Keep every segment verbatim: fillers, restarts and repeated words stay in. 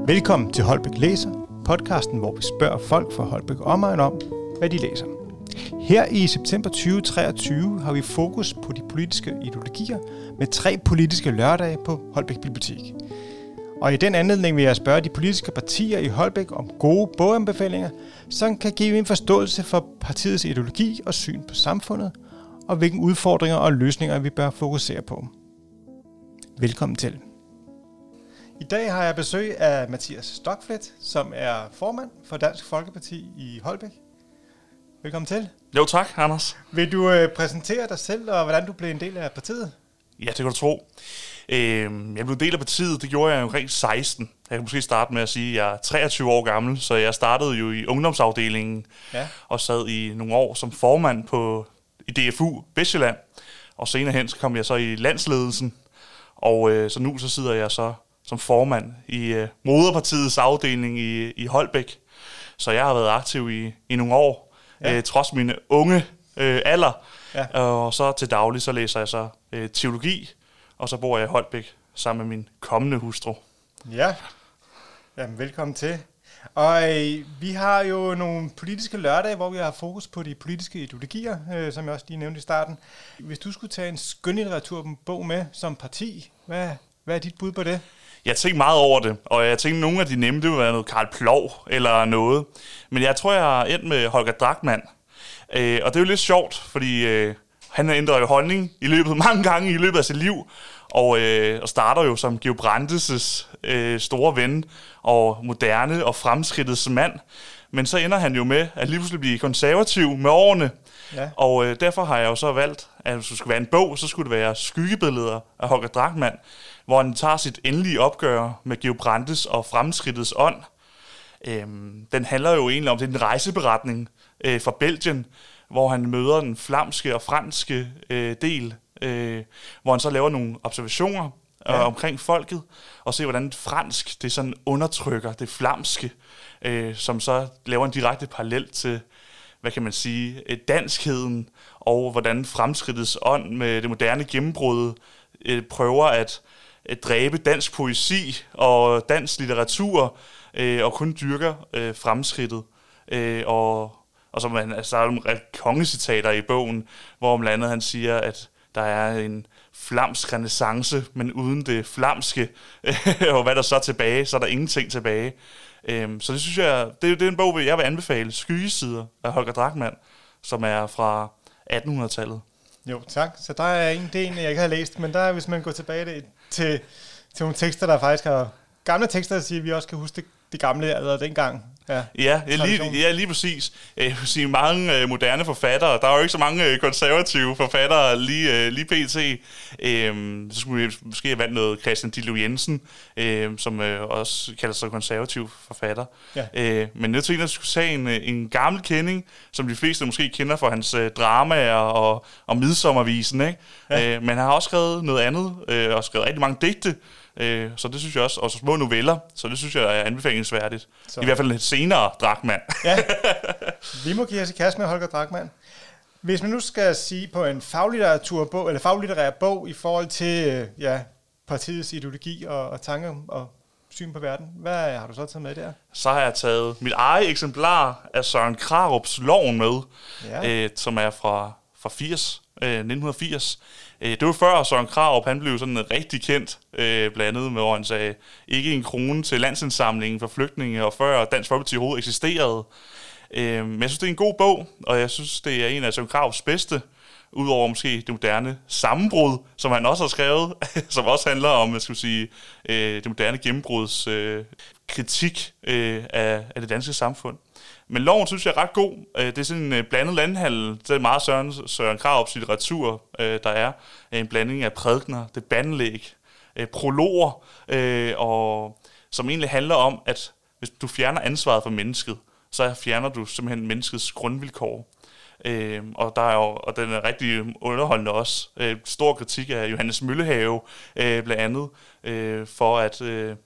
Velkommen til Holbæk Læser, podcasten, hvor vi spørger folk fra Holbæk omegn om, hvad de læser. Her i september tyve treogtyve har vi fokus på de politiske ideologier med tre politiske lørdage på Holbæk Bibliotek. Og i den anledning vil jeg spørge de politiske partier i Holbæk om gode boganbefalinger, som kan give en forståelse for partiets ideologi og syn på samfundet, og hvilke udfordringer og løsninger vi bør fokusere på. Velkommen til. I dag har jeg besøg af Mathias Stokflet, som er formand for Dansk Folkeparti i Holbæk. Velkommen til. Jo tak, Anders. Vil du øh, præsentere dig selv, og hvordan du blev en del af partiet? Ja, det kan du tro. Øh, jeg blev en del af partiet, det gjorde jeg omkring seksten. Jeg kan måske starte med at sige, at jeg er treogtyve år gammel, så jeg startede jo i ungdomsafdelingen ja. og sad i nogle år som formand på, i D F U Vestjylland. Og senere hen så kom jeg så i landsledelsen, og øh, så nu så sidder jeg så som formand i øh, moderpartiets afdeling i, i Holbæk. Så jeg har været aktiv i, i nogle år, ja. øh, trods mine unge øh, alder. Ja. Og så til daglig, så læser jeg så øh, teologi, og så bor jeg i Holbæk sammen med min kommende hustru. Ja, jamen, velkommen til. Og øh, vi har jo nogle politiske lørdage, hvor vi har fokus på de politiske ideologier, øh, som jeg også lige nævnte i starten. Hvis du skulle tage en skønlitteraturbog med som parti, hvad, hvad er dit bud på det? Jeg tænkte meget over det, og jeg tænkte, at nogle af de nemme, det ville være noget Karl Plov eller noget. Men jeg tror, jeg har endt med Holger Drachmann. Øh, og det er jo lidt sjovt, fordi øh, han har ændret jo holdning i løbet mange gange i løbet af sit liv, og, øh, og starter jo som Georg Brandes' øh, store ven og moderne og fremskridtets mand. Men så ender han jo med at lige pludselig blive konservativ med årene. Ja. Og øh, derfor har jeg jo så valgt, at hvis det skulle være en bog, så skulle det være Skyggebilleder af Holger Drachmann, hvor han tager sit endelige opgør med Georg Brandes og fremskridtets ånd. Øhm, den handler jo egentlig om, det er en rejseberetning øh, fra Belgien, hvor han møder den flamske og franske øh, del, øh, hvor han så laver nogle observationer øh, ja. omkring folket, og ser, hvordan fransk det sådan undertrykker det flamske, øh, som så laver en direkte parallel til, hvad kan man sige, danskheden, og hvordan fremskridtets ånd med det moderne gennembrud øh, prøver at, at dræbe dansk poesi og dansk litteratur, øh, og kun dyrker øh, fremskridtet. Øh, og, og så man, altså, der er nogle kongecitater i bogen, hvor blandt andet han siger, at der er en flamsk renæssance, men uden det flamske, og hvad der så er tilbage, så er der ingenting tilbage. Um, så det synes jeg, det, det er en bog, jeg vil anbefale, Skyggesider af Holger Drachmann, som er fra attenhundredetallet. Jo, tak. Så der er en del, jeg ikke har læst, men der er, hvis man går tilbage til, til, til nogle tekster, der faktisk har gamle tekster, der siger, at vi også kan huske det, det gamle allerede dengang. Ja, ja, lige, ja, lige præcis. Jeg vil sige, mange øh, moderne forfattere, der er jo ikke så mange øh, konservative forfattere lige, øh, lige pt. Øhm, så skulle vi måske have valgt noget Christian Ditlev Jensen, øh, som øh, også kalder sig konservativ forfatter. Ja. Øh, men jeg tænkte, at jeg skulle tage en, en gammel kending, som de fleste måske kender fra hans øh, dramaer og, og Midsommervisen, ikke? Ja. Øh, men han har også skrevet noget andet, øh, og skrevet rigtig mange digte, Øh, så det synes jeg også, og så små noveller, så det synes jeg er anbefalingsværdigt. Så. I hvert fald lidt senere Drachmann. Ja, vi må give os i kast med Holger Drachmann. Hvis man nu skal sige på en faglitteraturbog, eller faglitterær bog i forhold til ja, partiets ideologi og, og tanker og syn på verden, hvad har du så taget med der? Så har jeg taget mit eget eksemplar af Søren Krarups Loven med, ja. øh, som er fra, fra firs, øh, nitten firs. Det var før Søren Krarup, han blev sådan rigtig kendt, øh, blandt andet med, hvor han sagde, ikke en krone til landsindsamlingen for flygtninge, og før Dansk Folkeparti overhovedet eksisterede. Øh, men jeg synes, det er en god bog, og jeg synes, det er en af Søren Krarups bedste, udover måske det moderne sammenbrud, som han også har skrevet, som også handler om, jeg skulle sige, øh, det moderne gennembruds øh, kritik øh, af, af det danske samfund. Men loven synes jeg er ret god. Det er sådan en blandet landhandel. Det er meget Søren, Søren Krarups litteratur, der er. En blanding af prædikener, debatindlæg, prologer, og som egentlig handler om, at hvis du fjerner ansvaret for mennesket, så fjerner du simpelthen menneskets grundvilkår. Og, der er jo, og den er rigtig underholdende også. Stor kritik af Johannes Møllehave, blandt andet, for at,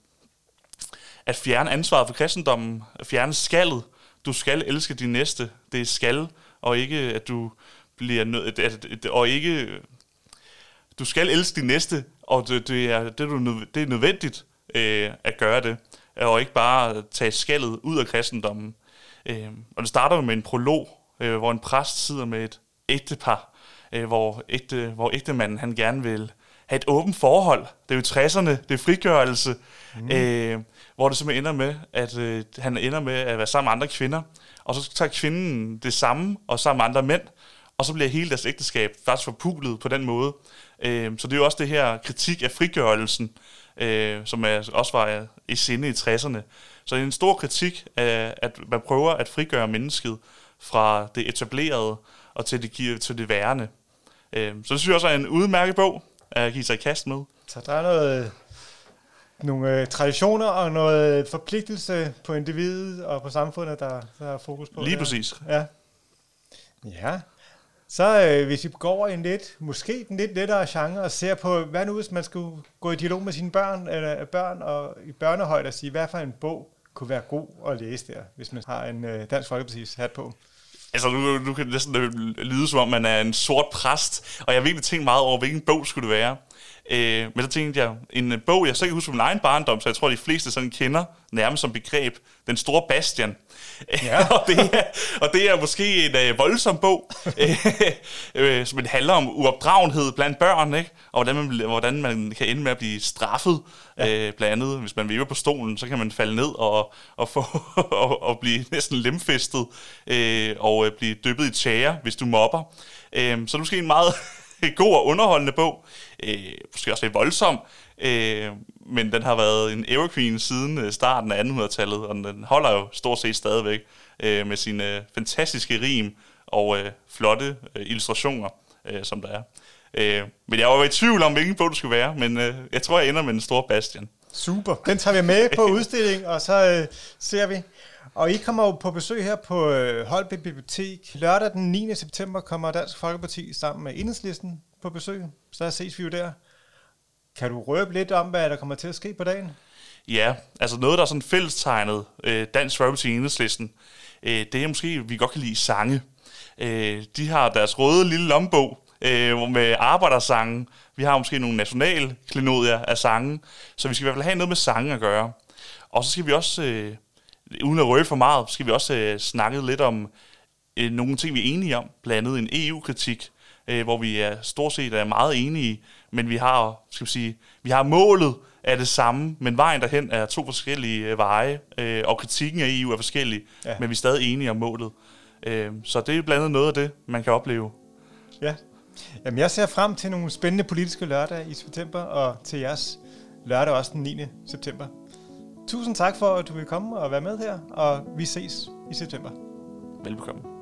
at fjerne ansvaret for kristendommen, fjerne skaldet. Du skal elske din næste. Det er skal, og ikke at du bliver nød, at, at, og ikke du skal elske din næste, og det, det er det er, det er nødvendigt øh, at gøre det. og ikke bare tage skaldet ud af kristendommen. Øh, og det starter med en prolog, øh, hvor en præst sidder med et ægtepar, øh, hvor, ægte, hvor ægtemanden han gerne vil have et åbent forhold. Det er jo tresserne, det er frigørelse, mm. øh, hvor det simpelthen ender med, at øh, han ender med at være sammen med andre kvinder, og så tager kvinden det samme, og sammen med andre mænd, og så bliver hele deres ægteskab faktisk forpuglet på den måde. Øh, så det er jo også det her kritik af frigørelsen, øh, som er, også var i sinde i tresserne. Så det er en stor kritik af, at man prøver at frigøre mennesket fra det etablerede og til det, til det værende. Øh, så det synes jeg også er en udmærket bog at give sig i kast med. Så der er noget, nogle traditioner og noget forpligtelse på individet og på samfundet, der, der er fokus på. Lige der. Præcis. Ja. Ja. Så øh, hvis vi går over i en lidt, måske den lidt lettere genre og ser på, hvad nu hvis man skulle gå i dialog med sine børn, eller børn og i børnehøjde og sige, hvad for en bog kunne være god at læse der, hvis man har en øh, Dansk Folkepartis hat på? Altså, nu, nu kan det næsten lyde, som om man er en sort præst, og jeg har virkelig tænkt meget over, hvilken bog skulle det være. Øh, men så tænkte jeg, en bog, jeg så ikke husker min egen barndom, så jeg tror, de fleste sådan kender nærmest som begreb, Den Store Bastian. Ja. og, det er, og det er måske en øh, voldsom bog, øh, som handler om uopdragenhed blandt børn, ikke? Og hvordan man, hvordan man kan ende med at blive straffet. Ja. Øh, blandt andet, hvis man vipper på stolen, så kan man falde ned og, og, få, og, og blive næsten lemfæstet, øh, og øh, blive dyppet i tjære, hvis du mobber. Øh, så det er måske en meget god og underholdende bog. Øh, måske også lidt voldsom, øh, men den har været en evergreen siden starten af attenhundredetallet, og den holder jo stort set stadigvæk øh, med sine øh, fantastiske rim og øh, flotte øh, illustrationer, øh, som der er. Øh, men jeg var i tvivl om, hvilken bog det skulle være, men øh, jeg tror, jeg ender med Den Store Bastian. Super. Den tager vi med på udstilling, og så øh, ser vi. Og I kommer jo på besøg her på øh, Holbæk Bibliotek. Lørdag den niende september kommer Dansk Folkeparti sammen med Enhedslisten på besøg. Så der ses vi jo der. Kan du røbe lidt om, hvad der kommer til at ske på dagen? Ja, altså noget, der er sådan fællestegnet øh, Dansk Folkeparti i Enhedslisten, øh, det er måske, vi godt kan lide sange. Øh, de har deres røde lille lommebog øh, med arbejdersange. Vi har måske nogle nationale klenodier af sange, så vi skal i hvert fald have noget med sange at gøre. Og så skal vi også, øh, uden at røbe for meget, skal vi også øh, snakke lidt om øh, nogle ting, vi er enige om, blandt andet en E U-kritik, øh, hvor vi er stort set er meget enige, men vi har, skal vi sige, vi har målet af det samme, men vejen derhen er to forskellige øh, veje, øh, og kritikken af E U er forskellig, ja. Men vi er stadig enige om målet. Øh, så det er blandt andet noget af det, man kan opleve. Ja. Jamen, jeg ser frem til nogle spændende politiske lørdage i september, og til jeres lørdag også den niende september. Tusind tak for, at du vil komme og være med her, og vi ses i september. Velbekomme.